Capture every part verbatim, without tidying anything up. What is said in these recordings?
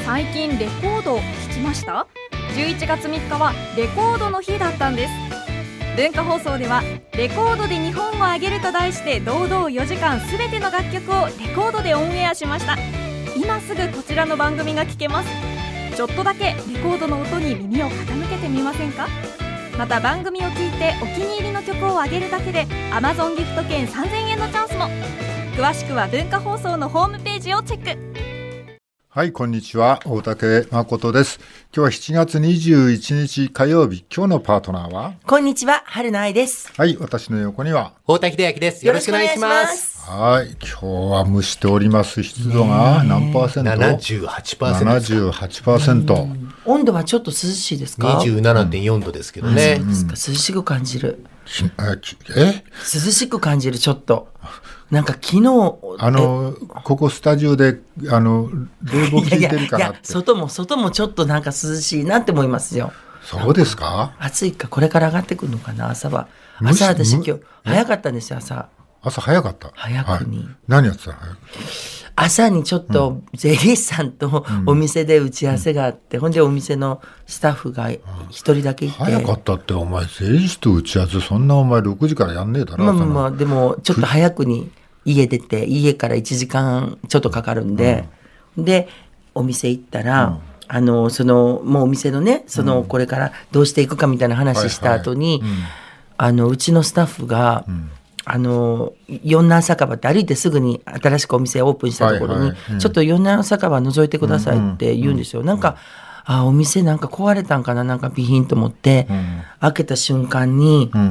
最近レコード聴きました？じゅういちがつみっかはレコードの日だったんです。文化放送ではレコードで日本をあげると題して堂々よじかんすべての楽曲をレコードでオンエアしました。今すぐこちらの番組が聴けます。ちょっとだけレコードの音に耳を傾けてみませんか？また番組を聴いてお気に入りの曲をあげるだけで Amazon ギフト券さんぜんえんのチャンスも。詳しくは文化放送のホームページをチェック。 はい、こんにちは。大竹誠です。今日はしちがつにじゅういちにち火曜日。今日のパートナーは、 こんにちは、春菜愛です。 はい、私の横には大竹秀明です。よろしくお願いします。 はい、今日は蒸しております。湿度が何パーセント？ ななじゅうはちパーセントななじゅうはちパーセント。 温度はちょっと涼しいですか？ にじゅうななてんよん 度ですけどね、 うん、そうですか。涼しく感じる。 え涼しく感じる。ちょっとなんか昨日あのここスタジオであの冷房効いてるかなって。いやいや外も外もちょっとなんか涼しいなって思いますよ。 そうですか？ 暑いか。これから上がってくるのかな。朝は朝私今日早かったんですよ。朝朝早かった。 早くに、はい、 何やってたの？ 朝にちょっと税理士さんとお店で打ち合わせがあって、うん、ほんでお店のスタッフが一人だけいて、 早かったってお前税理士と打ち合わせそんなお前ろくじからやんねえだろ。 まあまあまあでもちょっと早くに家出て家からいちじかんちょっとかかるんで、うん、でお店行ったら、うん、あのそのもうお店のねそのこれからどうしていくかみたいな話した後に、はいはい、うん、あのうちのスタッフが、うん、あの四南酒場って歩いてすぐに新しくお店オープンしたところに、はいはい、うん、ちょっと四南酒場覗いてくださいって言うんですよ、うんうん、なんかあお店なんか壊れたんかな、なんか備品と思って、うん、開けた瞬間に、うん、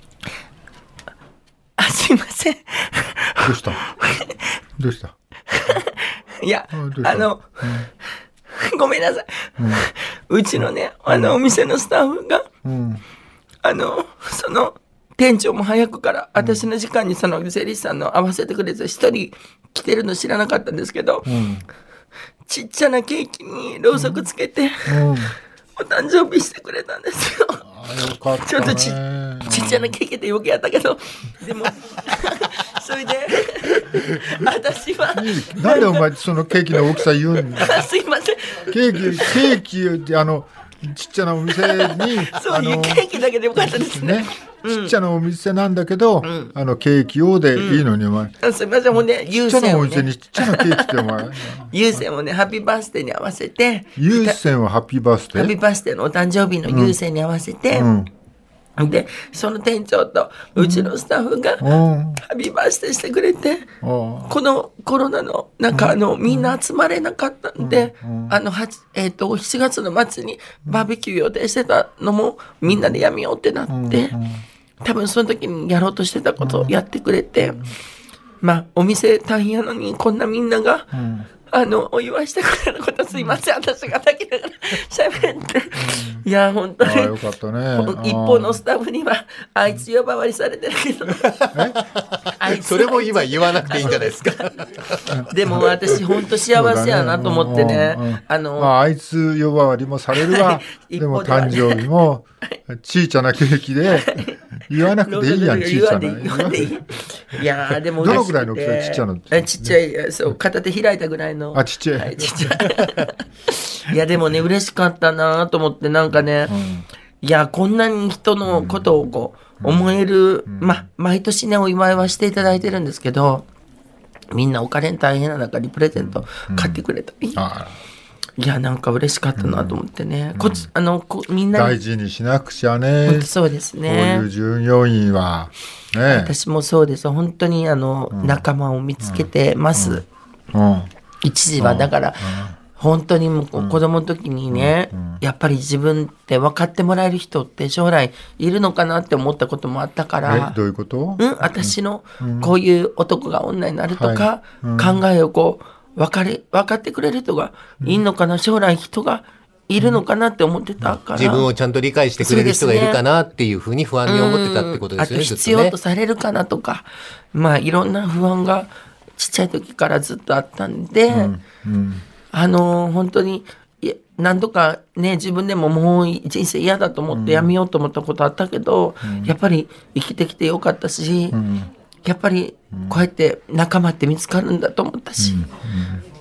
あすいませんどうしたどうしたいやあの、うん、ごめんなさい、うん、うちのねあのお店のスタッフが、うん、あのその店長も早くから私の時間にその税理士さんの合わせてくれて一人来てるの知らなかったんですけど、うん、ちっちゃなケーキにろうそくつけて、うん、お誕生日してくれたんですよ。 あよかったね。 ちょっと ち, ちっちゃなケーキって余計やったけどでもそれで私はなんでお前そのケーキの大きさ言うんだすいません。 ケーキケーキってあのちっちゃなお店にそういうケーキだけでよかったですね。ね、 ちっちゃなお店なんだけど、うん、あのケーキ用でいいのに、うん、お前すみません。ほんで優先をね、 ちっちゃなお店にちっちゃなケーキってお前優先をねハッピーバースデーに合わせて優先はハッピーバースデーハッピーバースデーのお誕生日の優先に合わせて、うんうん、でその店長とうちのスタッフが、うん、ハッピーバースデーしてくれて、うん、このコロナの中あの、うん、みんな集まれなかったんで、うん、あのえー、としちがつの末にバーベキュー予定してたのもみんなでやめようってなって、うん、多分その時にやろうとしてたことをやってくれて、うん、まあお店大変やのにこんなみんなが、うん、あのお祝いしてくれることすいません、うん、私が泣きながら喋って、うん、いや本当によかったね。 一方のスタッフにはあいつ呼ばわりされてるけどあいつそれも今言わなくていいんじゃないですかでも私本当幸せやなと思ってね、 うんうん、あの、まあ、あいつ呼ばわりもされるわでも誕生日もちいちゃなケーキで言わなくていいやん。ちいちゃないやでもどのぐらいの大きさ？ちっちゃなちっちゃいそう片手開いたぐらいのあちっちゃい、 はい、ちっちゃいいやでもね嬉しかったなと思ってなんかね、うん、いやこんなに人のことをこう思える、うん、ま毎年ねお祝いはしていただいてるんですけどみんなお金大変な中にプレゼント買ってくれたり、うんあいやなんか嬉しかったなと思ってね、うん、こっちあのこみんな大事にしなくちゃね。 そうですね。 こういう従業員は、ね、 私もそうです。本当にあの、うん、仲間を見つけてます、うんうん、一時はだから、うん、本当にもう子供の時にね、うん、やっぱり自分って分かってもらえる人って将来いるのかなって思ったこともあったから。 えどういうこと？ うん、私のこういう男が女になるとか、はい、考えをこう分かれ、分かってくれる人がいいのかな、うん、将来人がいるのかなって思ってたから、 自分をちゃんと理解してくれる人がいるかなっていうふうに不安に思ってたってことですよね。 あと必要とされるかなとか、まあいろんな不安がちっちゃい時からずっとあったんで、うんうん、あの本当に何度かね自分でももう人生嫌だと思ってやめようと思ったことあったけど、うん、やっぱり生きてきてよかったし、うん、やっぱりこうやって仲間って見つかるんだと思ったし、うんうん、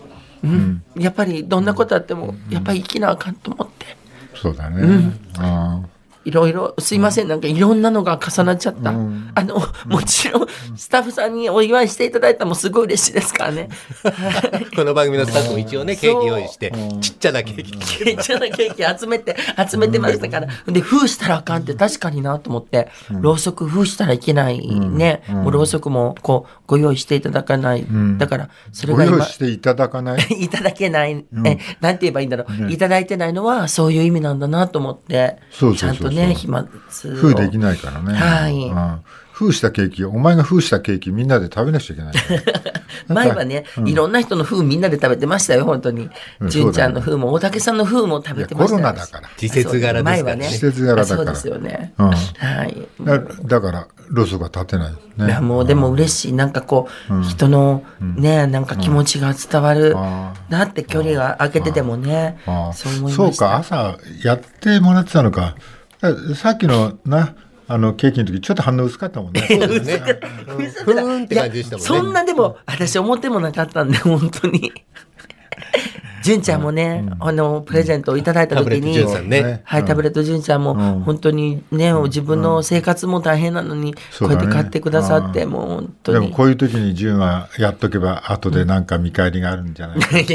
うん、やっぱりどんなことあっても、やっぱり生きなあかんと思って。 そうだね。うん、あいろいろすいません、なんかいろんなのが重なっちゃった、うん、あのもちろんスタッフさんにお祝いしていただいたのもすごい嬉しいですからねこの番組のスタッフも一応ねケーキ用意してちっちゃなケーキちっちゃなケーキ集めて集めてましたから、で封したらあかんって確かになと思って、うん、ろうそく封したらいけないね、うん、もうろうそくもこうご用意していただかない、うん、だからそれが今ご用意していただかないいただけない、うん、えなんて言えばいいんだろう、ね、いただいてないのはそういう意味なんだなと思って、 そうそうそうそうちゃんとね飛沫封できないからね、 はい、 うん、封したケーキお前が封したケーキみんなで食べなきゃいけない前はね、うん、いろんな人の封みんなで食べてましたよ本当に、うん、純ちゃんの封も大竹さんの封も食べてましたよ。 コロナだから季節柄ですからね。 季節柄だからそうですよね、 うん、 はいだ, だからろうそくは立てない、ね、 いやもうでも嬉しい、なんかこう、うん、人のねなんか気持ちが伝わる、うん、だって距離が空けててもね、そう思いました。 そうか朝やってもらってたのか。さっきのなあのケーキの時ちょっと反応薄かったもんね。 そうですね。ふーんって感じでしたもんね。 そんなでも私思ってもなかったんで本当に。純ちゃんもね、うん、あのプレゼントをいただいた時に、 ね、 はい、タブレット純ちゃんも本当にね、うん、自分の生活も大変なのに、うん、こうやって買ってくださって、ね、もう本当に。 でもこういう時に純はやっとけば後でなんか見返りがあるんじゃないか、うん、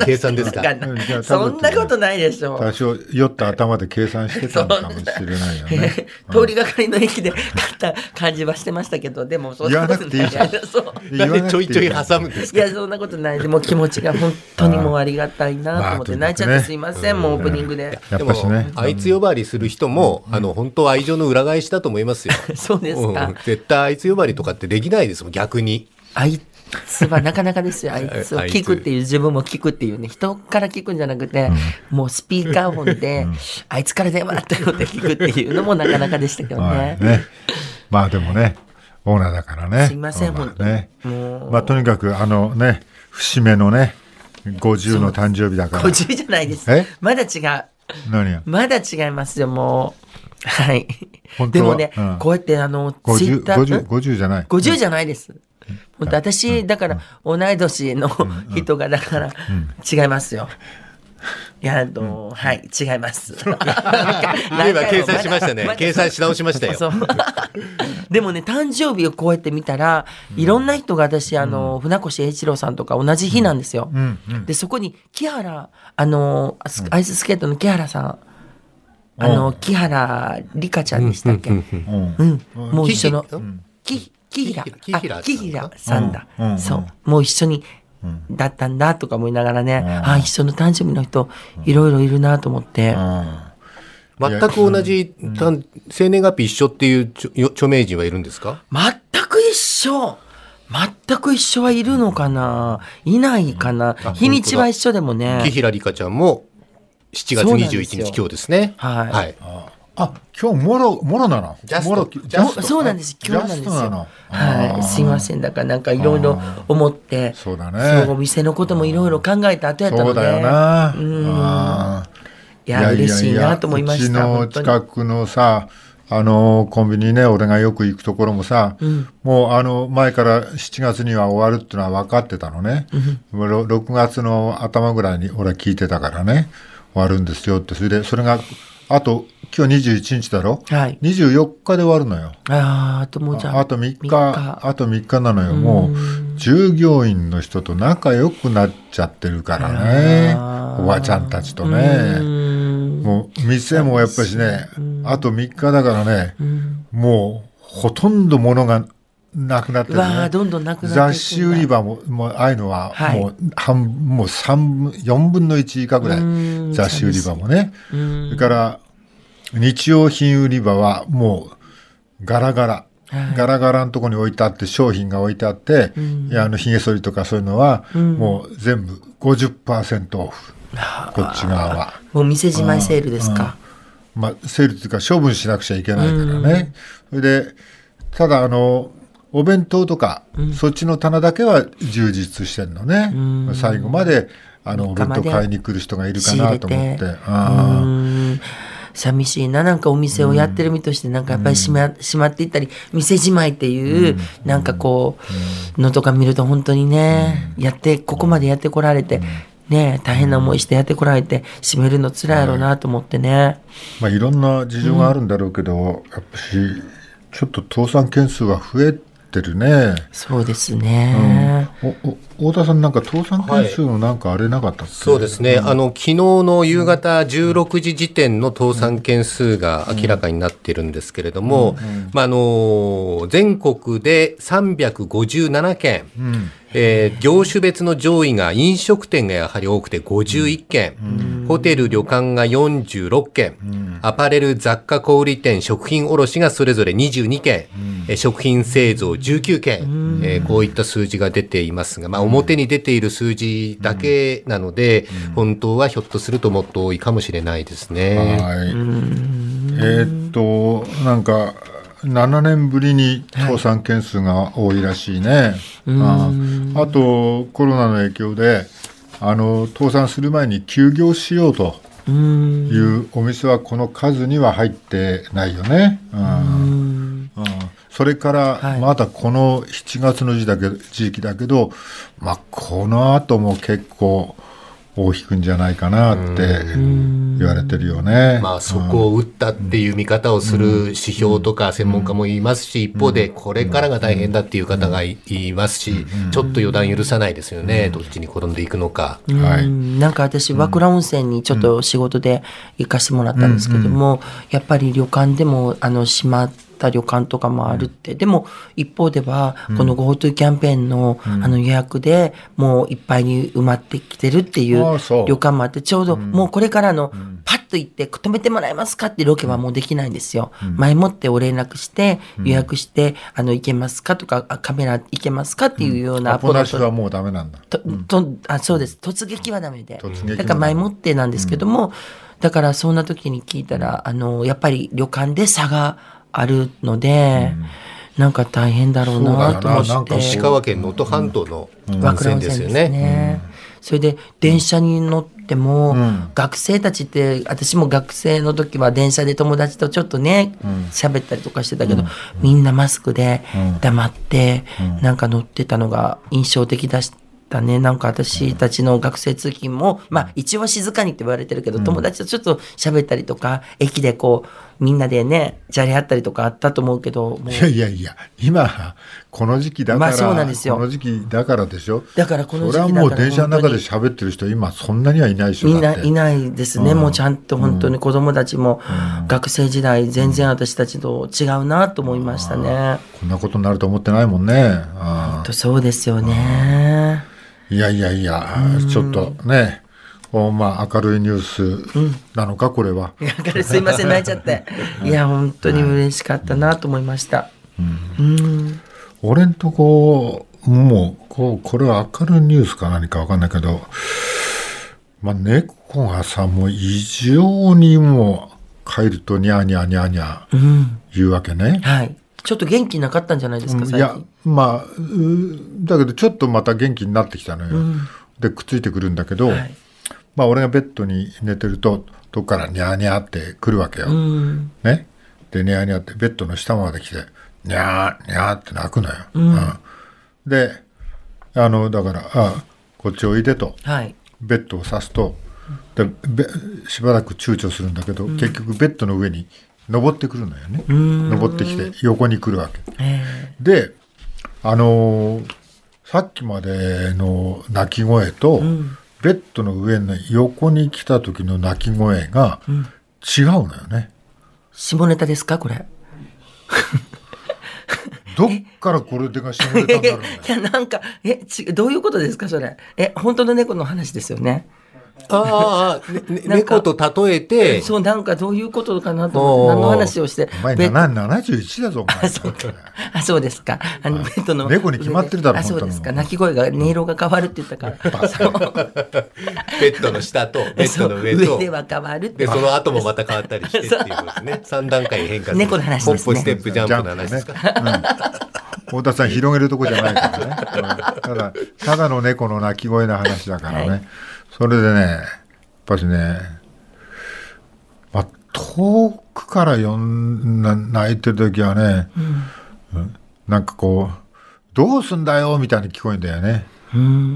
計算ですか。 そんなことないでしょ。 多少酔った頭で計算してたのかもしれないよね。 通りがかりの駅で買った感じはしてましたけど、でもそんなことない。 言わなくていいじゃん。 なんでちょいちょい挟むんですか。 いやそんなことないでも気持ちが本当にもうありがたいなと思って、泣いちゃってすいません、もうオープニングで。 やっぱしね、 あいつ呼ばわりする人も、あの本当は愛情の裏返しだと思いますよ。 そうですか、 うん、絶対あいつ呼ばわりとかってできないですもん逆に。 あいつはなかなかですよ。あいつを聞くっていう自分も聞くっていうね、人から聞くんじゃなくて、うん、もうスピーカーフォンで、うん、あいつから電話あったよって聞くっていうのもなかなかでしたけどね。 まあね、まあでもねオーナーだからね。 すいません本当に、 ね、まあとにかくあのね節目のねごじゅうの誕生日だから。 ごじゅうじゃないです。まだ違う。 何や。 まだ違いますよもう。はい。でもね、うん、こうやってあのツイッターごじゅう、 ごじゅうじゃない。 ごじゅうじゃないです。本当私だから同い年の人がだから違いますよ。いやあの、うん、はい違います。 今計算しましたね。ま、計算し直しましたよ。 そうでもね誕生日をこうやって見たら、いろんな人が私あの、うん、船越英一郎さんとか同じ日なんですよ。うんうん、でそこに木原あのアイススケートの木原さん、あの木原梨花ちゃんでしたっけ。うん、もう一緒の木木平あ木平さんだ。そうもう一緒に。だったんだとか思いながらね、うん、あ一緒の誕生日の人いろいろいるなと思って、うん、 全く同じ生年月日一緒っていう著名人はいるんですか。 全く一緒全く一緒はいるのかないないかな、うん、日にちは一緒でもね。 木平梨花ちゃんもしちがつにじゅういちにち今日ですね。 はい、はいあ今日もろもろなの。 ジャストジャストそうなんです。今日なんですよ。はい、すいませんだからなんかいろいろ思って、 そうだね。 そうお店のこともいろいろ考えた後やったので、 そうだよな。 うん。いや嬉しいなと思いました。 うちの近くのさ。あのコンビニね俺がよく行くところもさ、うん、もうあの前からしちがつには終わるっていうのは分かってたのね、うん、ろくがつの頭ぐらいに俺は聞いてたからね終わるんですよって。それでそれがあと今日にじゅういちにちだろ、はい、にじゅうよっかで終わるのよ。 あ, あともうじゃああとみっかあとみっかなのよ。もう従業員の人と仲良くなっちゃってるからね、おばちゃんたちとね。もう店もやっぱりねあとみっかだからね、もうほとんど物がなくなってるね。 わどんどんなくなってる。 雑誌売り場ももうああいうのはもう半、はい、もう三よんぶんのいち以下ぐらい雑誌売り場もね。それから日用品売り場はもうガラガラ、はい、ガラガラのところに置いてあって商品が置いてあって、いやあのひげ剃りとかそういうのはもう全部 ごじゅっパーセント オフ。こっち側はもう店じまいセールですか。 うんうんまあ、セールというか処分しなくちゃいけないからね。それでただあのお弁当とか、うん、そっちの棚だけは充実してんのね。最後まであのお弁当買いに来る人がいるかなと思って。あ寂しいな。なんかお店をやってる身としてなんかやっぱり閉ま、閉まっていったり店じまいっていう、なんかこうのとか見ると本当にね、やってここまでやってこられてね、大変な思いしてやってこられて閉めるの辛いやろうなと思ってね、 まあ、いろんな事情があるんだろうけど、うん、やっぱりちょっと倒産件数が増えてるね。 そうですね、 うん、おお太田さん、なんか倒産件数のなんかあれなかったっけ？ そうですね、うん、あの昨日の夕方じゅうろくじ時点の倒産件数が明らかになっているんですけれども、うんうんまあ、あの全国でさんびゃくごじゅうななけん、うんえー、業種別の上位が飲食店がやはり多くてごじゅういっけん、うん、ホテル旅館がよんじゅうろっけん、うん、アパレル雑貨小売店食品卸がそれぞれにじゅうにけん、うん、食品製造じゅうきゅうけん、うんえー、こういった数字が出ていますが、まあ、表に出ている数字だけなので、うん、本当はひょっとするともっと多いかもしれないですね。 はい、うんえー、っとなんかななねんぶりに倒産件数が多いらしいね、はい、あ, あとコロナの影響であの倒産する前に休業しようというお店はこの数には入ってないよね。うんうんそれからまだこのしちがつの時だけ時期だけど、まあ、この後も結構大きくんじゃないかなって言われてるよね。 まあ、そこを打ったっていう見方をする指標とか専門家もいますし、一方でこれからが大変だっていう方がいますし、ちょっと予断許さないですよね、どっちに転んでいくのか。 はい、なんか私和倉温泉にちょっと仕事で行かしてもらったんですけども、やっぱり旅館でもあの閉まって旅館とかもあるって、うん、でも一方ではこの GoTo キャンペーン の,、うん、あの予約でもういっぱいに埋まってきてるっていう旅館もあって、ちょうどもうこれからのパッと行って止めてもらえますかってロケはもうできないんですよ、うん、前もってお連絡して予約してあの行けますかとかカメラ行けますかっていうようなアポなしはもうダメなんだと、とあそうです突撃はダメで、だから前もってなんですけども、うん、だからそんな時に聞いたらあのやっぱり旅館で差があるので、うん、なんか大変だろうなと思って。なんか石川県能登半島の温泉ですよね。うんねうん、それで電車に乗っても、うん、学生たちって私も学生の時は電車で友達とちょっとね喋、うん、ったりとかしてたけど、うん、みんなマスクで黙って、うん、なんか乗ってたのが印象的だしだね、なんか私たちの学生通勤も、まあ一応静かにって言われてるけど、うん、友達とちょっと喋ったりとか駅でこうみんなでねじゃれ合ったりとかあったと思うけど、もういやいやいや今この時期だから、まあ、 そうなんですよ、 この時期だからでしょ。 だからこの時期だからそれはもう電車の中で喋ってる人今そんなにはいないでしょ。 いないいないですね、うん、もうちゃんと本当に子供たちも学生時代全然私たちと違うなと思いましたね。 こんなことになると思ってないもんね。 本当そうですよね。 いやいやいや、ちょっとね、まあ、明るいニュースなのか、これは。 明るい、すいません、泣いちゃって。いや、本当に嬉しかったなと思いました。うんうん、 俺んとこ、もうこう、これは明るいニュースか何か分かんないけど、まあ、猫がさ、もう異常にもう帰るとニャーニャーニャーニャー言うわけね。 うん、はい。ちょっと元気なかったんじゃないですか、最近。いや、 まあ、だけどちょっとまた元気になってきたのよ。うん、で、くっついてくるんだけど、はい、まあ、俺がベッドに寝てると、どっからニャーニャーって来るわけよ。うん、ね。で、ニャーニャーってベッドの下まで来て、ニャーニャーって鳴くのよ。うんうん、で、あの、だから、あ、こっちおいでと、はい、ベッドを刺すと、でしばらく躊躇するんだけど、うん、結局ベッドの上に登ってくるのよね。登ってきて横に来るわけ。で、あのー、さっきまでの鳴き声と、うん、ベッドの上の横に来た時の鳴き声が違うのよね。 下ネタですかこれ。 どっからこれでが下ネタになるんだよ。 いやなんかえちどういうことですかそれ。え本当の猫の話ですよね。 ああ、ね、猫と例えてそうなんかどういうことかなと何の話をしてお前ななじゅういちだぞお前。 あそうあそうですかあのベッドの猫に決まってるだろ。 あそうですか鳴き声が音色が変わるって言ったからベッドの下とベッドの上と上では変わるってでその後もまた変わったりしてっていうことですね。さん段階変化する猫の話ですね。 ホップステップジャンプの話ですか。 太田さん広げるとこじゃないからね。ただただの猫の鳴き声の話だからね、はい、それでねやっぱりね、まあ、 遠くからよんな泣いてる時はね、うん、なんかこうどうすんだよみたいに聞こえるんだよね。 うん、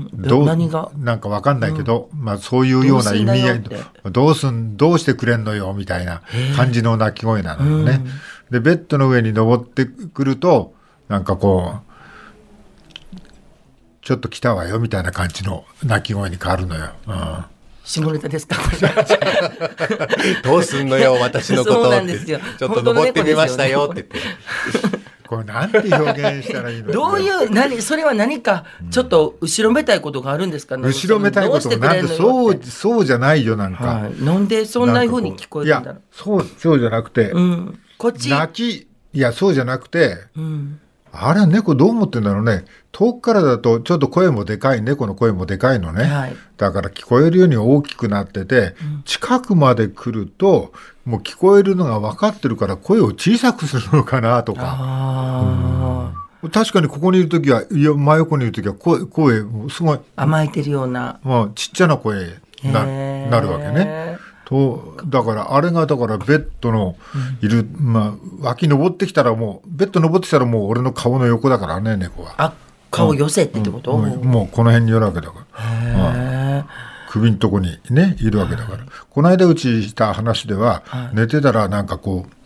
どう何がなんかわかんないけど、うん、まあそういうような意味合い、どうすんどうしてくれんのよみたいな感じの鳴き声なのよね。でベッドの上に登ってくるとなんかこうちょっと来たわよみたいな感じの鳴き声に変わるのよ。うん、 下ネタですか？ どうすんのよ私のことそうなんですよ。 ちょっと登ってみましたよって言って。 これなんて表現したらいいの？ どういう何それは何かちょっと後ろめたいことがあるんですか？ うん、後ろめたいことはなんでそうそうじゃないよなんか、 はい、なんでそんな風に聞こえるんだろう。 いやそうそうじゃなくて、 うん、こっち泣きいやそうじゃなくて、 うん、 あれ猫どう思ってんだろうね。遠くからだとちょっと声もでかい猫の声もでかいのね、はい、だから聞こえるように大きくなってて、うん、近くまで来るともう聞こえるのが分かってるから声を小さくするのかなとか。あ、うん、確かにここにいるときはいや真横にいるときは声声すごい甘えてるような、 まあ、ちっちゃな声ななるわけね。とだからあれがだからベッドのいる、うん、まあ、脇登ってきたらもうベッド登ってきたらもう俺の顔の横だからね猫は。 あ、顔寄せってってこと、 うんうん、もうこの辺にいるわけだから、うん、首のとこにねいるわけだから。この間うちした話では、はい、寝てたらなんかこう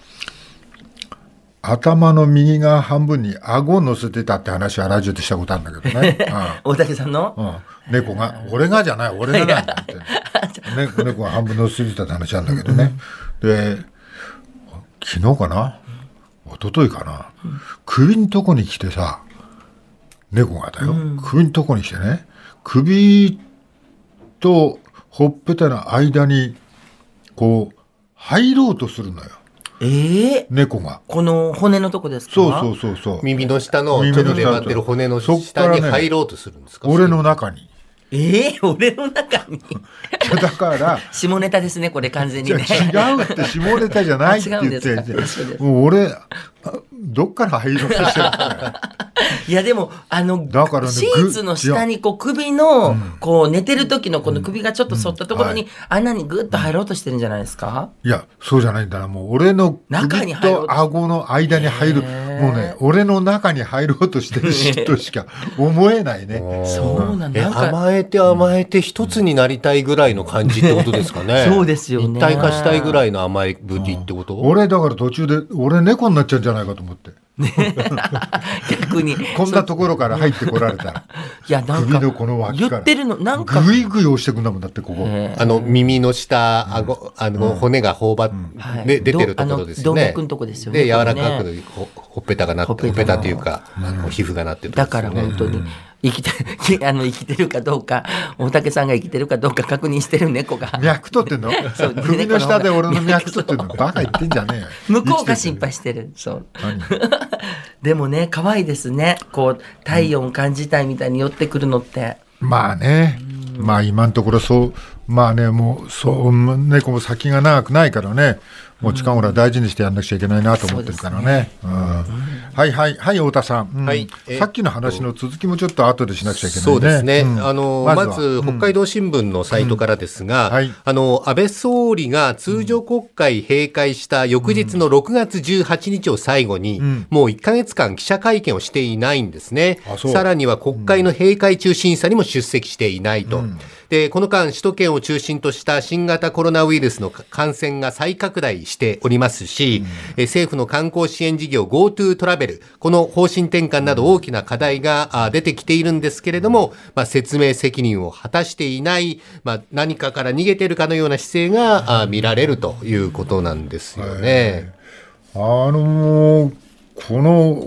頭の右側半分に顎を乗せてたって話はラジオでしたことあるんだけどね。 大竹さんの、 うん、猫が俺がじゃない俺がなんだって、ね、猫, 猫が半分乗せてたって話なんだけどね。で昨日かな一昨日かな、うん、首のとこに来てさ猫がだよ、うん、首のとこに来てね首とほっぺたの間にこう入ろうとするのよ。 えー、 猫がこの骨のとこですか？ そうそうそうそう、 耳の下のちょっと出張ってる骨の下に入ろうとするんですか？ 俺の中に。 えー、俺の中にだから下ネタですねこれ完全にね。 違うって下ネタじゃないって言ってもう俺どっから入ろうとしてるんだよ。 いやでもあのだから、ね、シーツの下にこう首の、うん、こう寝てる時のこの首がちょっと反ったところに、うんうん、はい、穴にグッと入ろうとしてるんじゃないですか？ いやそうじゃないんだな。もう俺の首と顎の間に入るもうね俺の中に入ろうとしてるしとしか思えないね。 そうなんだ。 甘えて甘えて一つになりたいぐらいの感じってことですかね。 そうですよね。 一体化したいぐらいの甘えぶりってこと？ 俺だから途中で俺猫になっちゃうんじゃないかと思って逆にこんなところから入ってこられたらいやなんか首のこの脇から言ってるのなんかグイグイ押してくんだもんだってここあの耳の下あごあの骨が頬張って出てるところですよね。 動脈のとこですよね。 で柔らかくほほっぺたがなってほっぺたというかあの皮膚がなってるだから本当に生きてあの生きてるかどうか大竹さんが生きてるかどうか確認してる猫が脈取ってんの？そう首の下で俺の脈取ってんの？バカ言ってんじゃねえよ。 向こうが心配してる。そうでもね可愛いですね。こう体温感じたいみたいに寄ってくるのって、 うん、まあね、うん、まあ今のところそうまあねもうそう猫も先が長くないからねもう近頃は大事にしてやんなくちゃいけないなと思ってるからね。うん、はいはいはい太田さん、うんはいえー、さっきの話の続きもちょっと後でしなくちゃいけないね。 そうですね、うん、あの ま, まず北海道新聞のサイトからですが、うんはい、あの安倍総理が通常国会閉会した翌日のろくがつじゅうはちにちを最後に、うん、もういっかげつかん記者会見をしていないんですね。さらには国会の閉会中審査にも出席していないと、うんでこの間首都圏を中心とした新型コロナウイルスの感染が再拡大しておりますし、うん、政府の観光支援事業 GoTo トラベルこの方針転換など大きな課題が出てきているんですけれども、まあ、説明責任を果たしていない、まあ、何かから逃げているかのような姿勢が見られるということなんですよね。 あのこの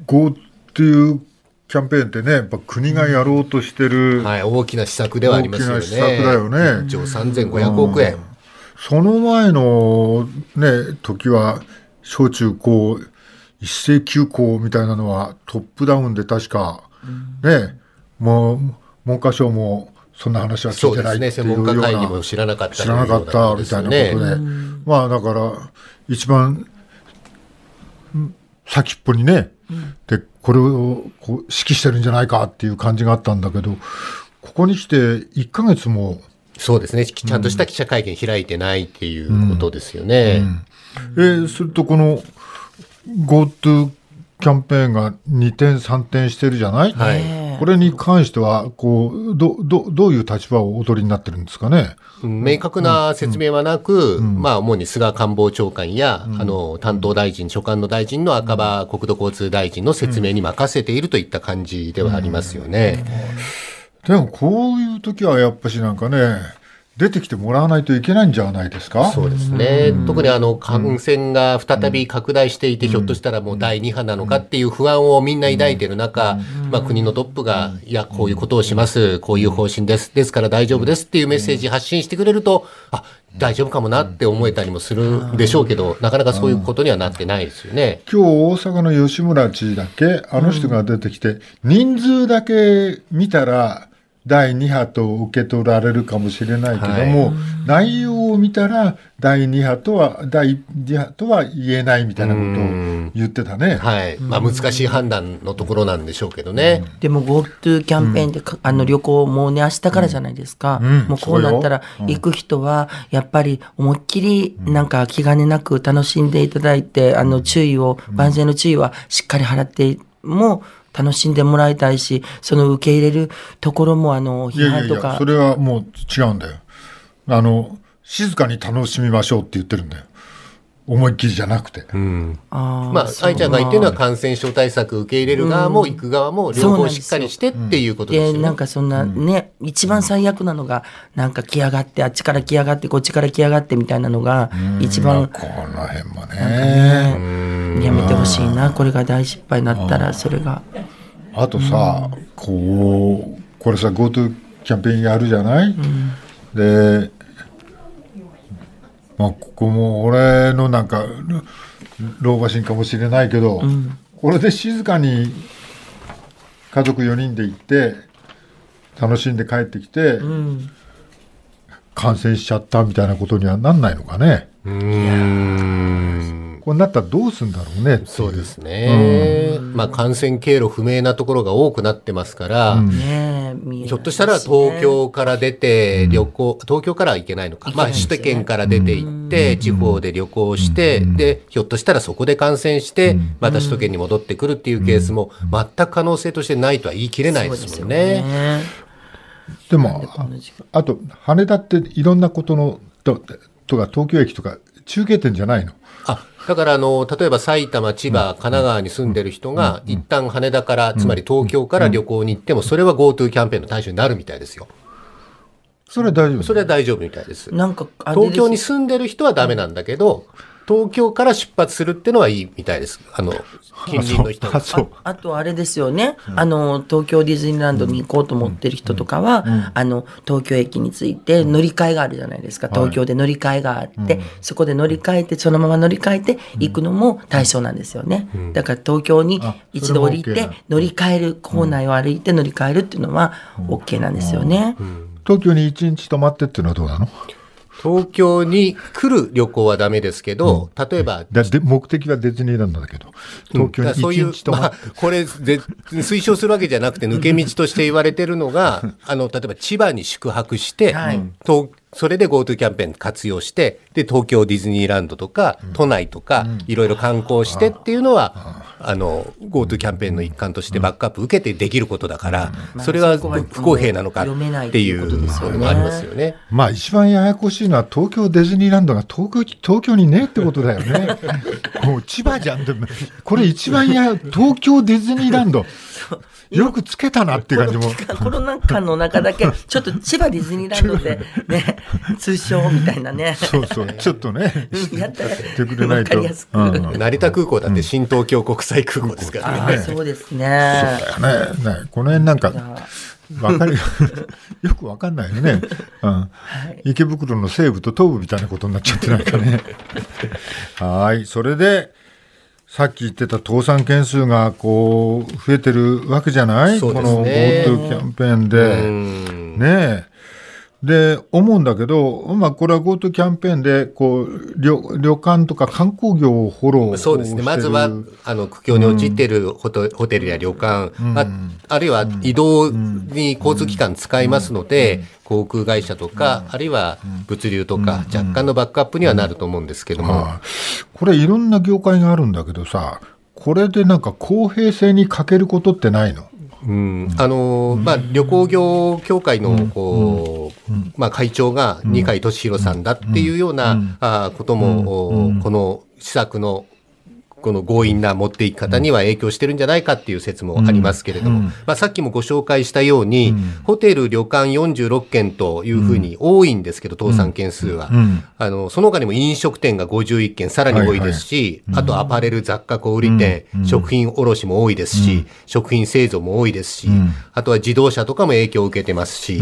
GoToキャンペーンってねやっぱ国がやろうとしてる、 うんはい、大きな施策ではありますよね。 大きな施策だよね。 いっちょうさんぜんごひゃくおくえん、うん、 その前のね時は小中高一斉休校みたいなのはトップダウンで確か、うん、ねもう文科省もそんな話は聞いてないっていうような、 そうですね、専門家会議も知らなかった知らなかったみたいなことで、うん、まあだから一番先っぽにね、うん、でこれをこう指揮してるんじゃないかっていう感じがあったんだけどここに来ていっかげつもそうですね。ちゃんとした記者会見開いてないっていうことですよね。 うんうん、えー、するとこの GoTo キャンペーンがにてんさんてんしてるじゃない、はい、これに関してはこう ど, ど, どういう立場をお取りになってるんですかね。 明確な説明はなく、うんうん、まあ、主に菅官房長官や、うん、あの担当大臣、所管の大臣の赤羽国土交通大臣の説明に任せているといった感じではありますよね。 うんうん、でもこういう時はやっぱしなんかね、出てきてもらわないといけないんじゃないですか。 そうですね、うん、特にあの感染が再び拡大していて、うん、ひょっとしたらもうだいに波なのかっていう不安をみんな抱いている中、うんまあ、国のトップがいやこういうことをします、こういう方針ですですから大丈夫ですっていうメッセージ発信してくれると、あ大丈夫かもなって思えたりもするでしょうけど、なかなかそういうことにはなってないですよね。 今日大阪の吉村知事だけあの人が出てきて、人数だけ見たらだいに波と受け取られるかもしれないけども、はい、内容を見たらだいに波とはだいに波とは言えないみたいなことを言ってたね。 はいまあ、難しい判断のところなんでしょうけどね。 でも GoTo キャンペーンで、うん、あの旅行もうね明日からじゃないですか、うん、もうこうなったら行く人はやっぱり思いっきりなんか気兼ねなく楽しんでいただいて、あの注意を万全の注意はしっかり払っても楽しんでもらいたいし、その受け入れるところもあの批判とか。いやいやいや、 それはもう違うんだよ。あの静かに楽しみましょうって言ってるんだよ。思いっきりじゃなくて、 うんあまあ、愛ちゃんが言ってるのは感染症対策受け入れる側も行く側も両方しっかりしてっていうことですよね。 でなんかそんなね、うん、一番最悪なのがなんか来やがってあっちから来やがってこっちから来やがってみたいなのが一番、 この辺も ね, ねやめてほしいな。これが大失敗になったらそれがあとさ、こうこれさ GoTo キャンペーンやるじゃない、うん、でまあ、ここも俺のなんか老婆心かもしれないけど、うん、これで静かに家族よにんで行って楽しんで帰ってきて、うん、感染しちゃったみたいなことにはなんないのかね。うーんこうなったらどうするんだろうね。 そうですね、うんまあ、感染経路不明なところが多くなってますから、うんね、ひょっとしたら東京から出て旅行、うん、東京からは行けないのか、まあ、首都圏から出て行って、うん、地方で旅行して、うん、でひょっとしたらそこで感染して、うん、また首都圏に戻ってくるっていうケースも全く可能性としてないとは言い切れないですもんね。 でもあと羽田っていろんなことの と, とか東京駅とか中継点じゃないの。 あだからあの例えば埼玉、千葉、神奈川に住んでる人が一旦羽田から、つまり東京から旅行に行ってもそれは GoTo キャンペーンの対象になるみたいですよ。 それは大丈夫。 それは大丈夫みたいです。 なんか東京に住んでる人はダメなんだけど、東京から出発するっていうのはいいみたいです。あの近隣の人あ, あ, あとあれですよね、うん、あの東京ディズニーランドに行こうと思ってる人とかは、うんうん、あの東京駅に着いて乗り換えがあるじゃないですか。東京で乗り換えがあって、はい、そこで乗り換えてそのまま乗り換えて行くのも対象なんですよね、うん、だから東京に一度降りて乗り換える、構内を歩いて乗り換えるっていうのは OK なんですよね、うんうん、 東京にいちにち泊まってっていうのはどうなの。 東京に来る旅行はダメですけど、うん、例えばだで目的はディズニーランドだけど東京にいちにち泊まって、 うんまあ、これで推奨するわけじゃなくて抜け道として言われてるのがあの例えば千葉に宿泊して、はい、東それで GoTo キャンペーン活用してで東京ディズニーランドとか、うん、都内とか、うん、いろいろ観光してっていうのは、うん、あの GoTo キャンペーンの一環としてバックアップ受けてできることだから、うん、それは不公平なのかっていうのもありますよね。 まあ一番ややこしいのは東京ディズニーランドが東京、東京にねってことだよねもう千葉じゃん。でもこれ一番や東京ディズニーランドよくつけたなっていう感じも。 コロナ禍の中だけちょっと千葉ディズニーランドでね通称みたいなね。 そうそうちょっとねやったらってくれないと、 うん、成田空港だって新東京国際空港ですからね、 うん、あそうですね。 そうだよね。ねこの辺なんかわかるよくわかんないよね、うんはい、池袋の西部と東部みたいなことになっちゃってないかねはいそれでさっき言ってた倒産件数がこう増えてるわけじゃない、 そうですね、 この GoTo キャンペーンで、うんねえで思うんだけど、まあ、これは GoTo キャンペーンでこう 旅, 旅館とか観光業をフォローしてる。 そうですね、まずはあの苦境に陥っているホテ、うん、ホテルや旅館、うんあ、あるいは移動に交通機関使いますので、うん、航空会社とか、うん、あるいは物流とか、うん、若干のバックアップにはなると思うんですけども、うんうん、 これいろんな業界があるんだけどさ、これでなんか公平性に欠けることってないの？ うんあのまあ、旅行業協会のこう、まあ、会長が二階俊博さんだっていうような、あことも、この施策のこの強引な持っていき方には影響してるんじゃないかっていう説もありますけれども、うんまあ、さっきもご紹介したように、うん、ホテル旅館よんじゅうろっけんというふうに多いんですけど、倒産件数は、うん、あのその他にも飲食店がごじゅういっけんさらに多いですし、はいはい、あとアパレル雑貨小売店、うん、食品卸も多いですし、うん、食品製造も多いですし、うん、あとは自動車とかも影響を受けてますし、うん、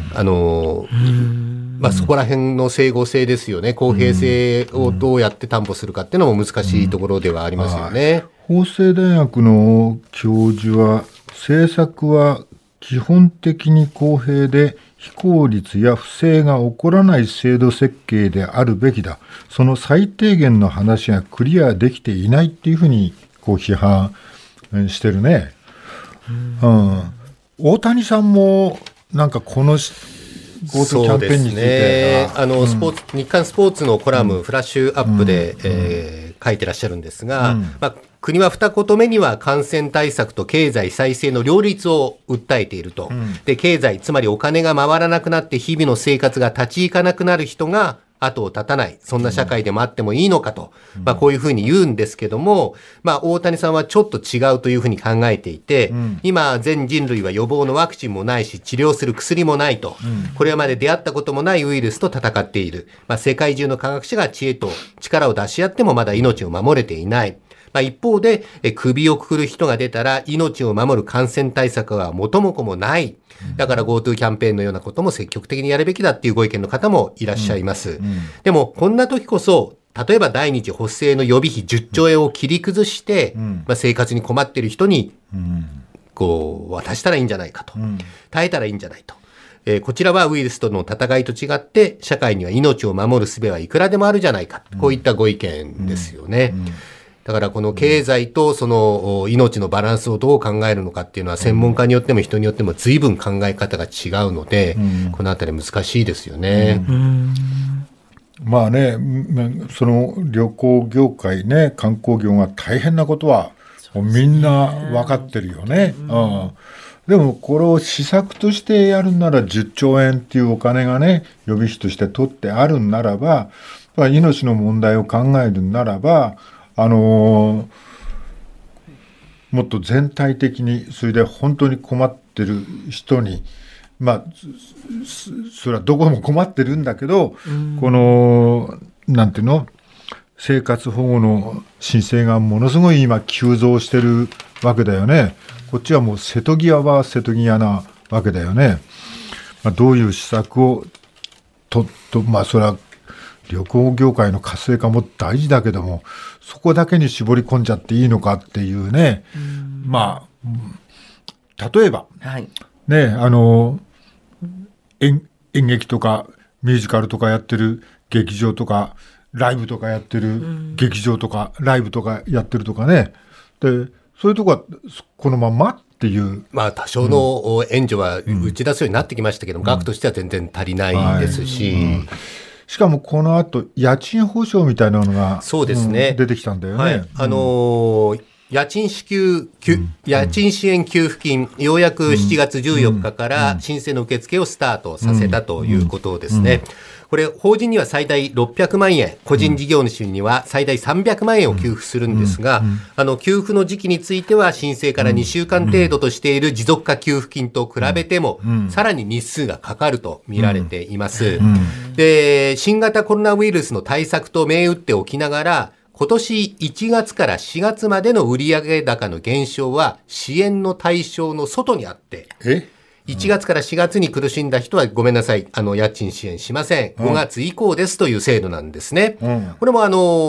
あのまあ、そこら辺の整合性ですよね。公平性をどうやって担保するかっていうのも難しいところではありますよね。 法政大学の教授は、政策は基本的に公平で非効率や不正が起こらない制度設計であるべきだ。その最低限の話がクリアできていないっていうふうにこう批判してるね。うん、大谷さんもなんかこのそうですね、あのスポーツ、うん、日刊スポーツのコラム、うん、フラッシュアップで、うんえー、書いてらっしゃるんですが、うんまあ、国は二言目には感染対策と経済再生の両立を訴えていると、うん、で経済、つまりお金が回らなくなって日々の生活が立ち行かなくなる人が後を絶たない、そんな社会でもあってもいいのかと、うんまあ、こういうふうに言うんですけども、まあ、大谷さんはちょっと違うというふうに考えていて、うん、今全人類は予防のワクチンもないし治療する薬もないと、うん、これまで出会ったこともないウイルスと戦っている、まあ、世界中の科学者が知恵と力を出し合ってもまだ命を守れていない。まあ、一方でえ首をくくる人が出たら命を守る感染対策は元も子もない。だから GoTo キャンペーンのようなことも積極的にやるべきだっていうご意見の方もいらっしゃいます。うんうん、でもこんな時こそ例えば第二次補正の予備費じゅっちょうえんを切り崩して、うんまあ、生活に困っている人にこう渡したらいいんじゃないかと、うん、耐えたらいいんじゃないと。えー、こちらはウイルスとの戦いと違って社会には命を守る術はいくらでもあるじゃないか、こういったご意見ですよね。うんうんうんだからこの経済とその命のバランスをどう考えるのかっていうのは専門家によっても人によっても随分考え方が違うので、うん、このあたり難しいですよね。うん、 まあね、その旅行業界ね、観光業が大変なことはみんな分かってるよね。うんうん、でもこれを施策としてやるならじゅっちょうえんっていうお金がね、予備費として取ってあるんならば、命の問題を考えるならば、あのー、もっと全体的にそれで本当に困ってる人にまあそれはどこも困ってるんだけど、うん、このなんていうの生活保護の申請がものすごい今急増してるわけだよね。こっちはもう瀬戸際は瀬戸際なわけだよね。まあ、どういう施策をととまあそれは旅行業界の活性化も大事だけども、そこだけに絞り込んじゃっていいのかっていうね。うまあ例えば、はい、ねあの 演, 演劇とかミュージカルとかやってる劇場とかライブとかやってる劇場とかライブとかやってるとかね。でそういうとこはこのままっていう、 まあ多少の援助は打ち出すようになってきましたけども、うん、額としては全然足りないですし。はいうんしかもこの後家賃保証みたいなのがそうですね、 うん、出てきたんだよね。 はい、あのー、家賃支給、うん、家賃支援給付金、ようやくしちがつじゅうよっかから申請の受付をスタートさせたということですね。うんうんうんこれ法人には最大ろっぴゃくまんえん、個人事業主には最大さんびゃくまんえんを給付するんですが、あの給付の時期については申請からにしゅうかん程度としている持続化給付金と比べてもさらに日数がかかると見られています。で、新型コロナウイルスの対策と銘打っておきながら、今年いちがつからしがつまでの売上高の減少は支援の対象の外にあって、えいちがつからしがつに苦しんだ人はごめんなさい、あの家賃支援しません。ごがつ以降ですという制度なんですね。うん、これもあの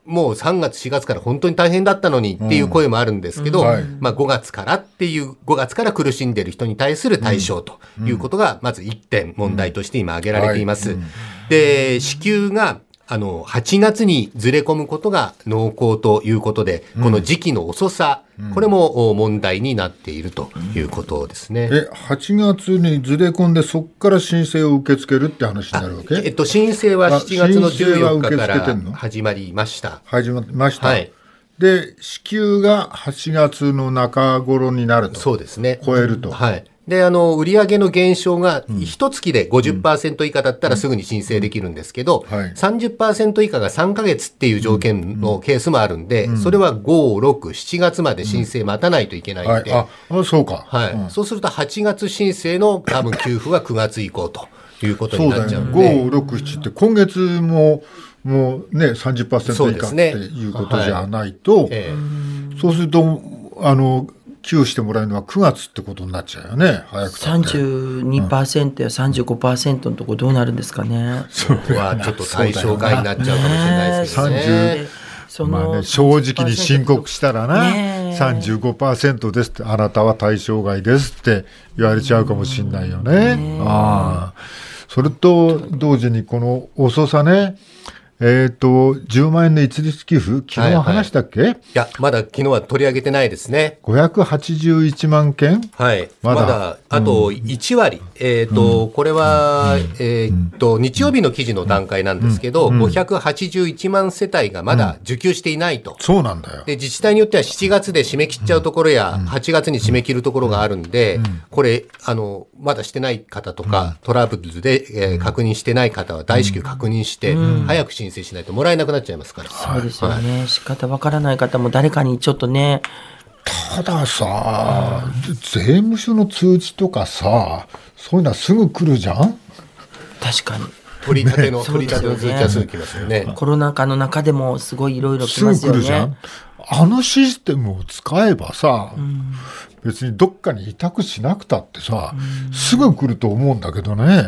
もうさんがつしがつから本当に大変だったのにっていう声もあるんですけど、うんはい、まあ、ごがつからっていうごがつから苦しんでいる人に対する対象ということがまずいってん問題として今挙げられています。うんはいうん、で支給があのはちがつにずれ込むことが濃厚ということで、この時期の遅さ、うん、これも問題になっているということですね。 えはちがつにずれ込んでそこから申請を受け付けるって話になるわけ？ えっと、申請はしちがつのじゅうよっかから始まりました。 始まりました、はい、で支給がはちがつの中頃になると。 そうですね、 超えると、 はい。で、あの、売上の減少が一月で ごじゅっパーセント 以下だったらすぐに申請できるんですけど、うんはい、さんじゅっパーセント 以下がさんかげつっていう条件のケースもあるんで、うん、それはご、ろく、しちがつまで申請待たないといけないんで、 うんはい、ああ、そうか。 はい、うん。そうするとはちがつ申請の多分給付はくがつ以降ということになっちゃうんで。 そうだよね。ご、ろく、しちって今月も、もうね、さんじゅっパーセント 以下っていうことじゃないと、そう、ねはいえー、そうすると、あの、給付してもらえるのはくがつってことになっちゃうよね。早くたってさんじゅうにパーセント や さんじゅうごパーセント のとこどうなるんですかね。 それはちょっと対象外になっちゃうかもしれないですけどね。さんじゅうそのまあね、正直に申告したらな、ね、さんじゅうごパーセント ですって、あなたは対象外ですって言われちゃうかもしれないよね。ねあそれと同時にこの遅さね、えっと、じゅうまんえんの一律給付、昨日話したっけ？はいはい、いや、まだ昨日は取り上げてないですね。 ごひゃくはちじゅういちまんけん？ はい。まだ、まだあといちわり。うん、えっと、うん、これは、うん、えっと、日曜日の記事の段階なんですけど、うん、ごひゃくはちじゅういちまんせたいがまだ受給していないと。 うん、そうなんだよ。 で、自治体によってはしちがつで締め切っちゃうところや、はちがつに締め切るところがあるんで、これ、あの、まだしてない方とか、トラブルで、えー、確認してない方は大至急確認して、早く申請しないともらえなくなっちゃいますから。 そうですよね。はい、仕方わからない方も誰かにちょっとね。 たださ、税務署の通知とかさ、そういうのはすぐ来るじゃん。 確かに。 取り立ての、ね、取り立ての通知はすぐ来ますよね。 コロナ禍の中でもすごいいろいろ来ますよね。すぐ来るじゃん。 あのシステムを使えばさ、うん、別にどっかに委託しなくたってさ、うん、すぐ来ると思うんだけどね。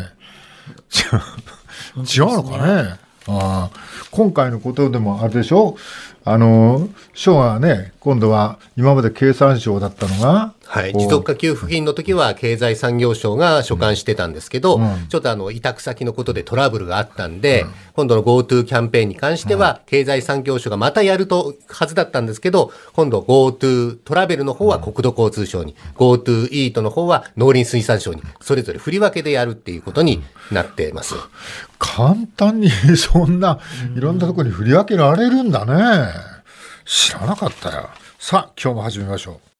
違うのかね。あ今回のことでもあれでしょ、あの省がね、今度は今まで経産省だったのが、 はい、持続化給付金の時は経済産業省が所管してたんですけど、うん、ちょっとあの委託先のことでトラブルがあったんで、うん、今度の GoTo キャンペーンに関しては、うん、経済産業省がまたやるとはずだったんですけど、今度 GoTo トラベルの方は国土交通省に、うん、GoTo イートの方は農林水産省に、それぞれ振り分けでやるっていうことになっています。うん、 簡単にそんないろんなところに振り分けられるんだね。知らなかったよ。さあ今日も始めましょう。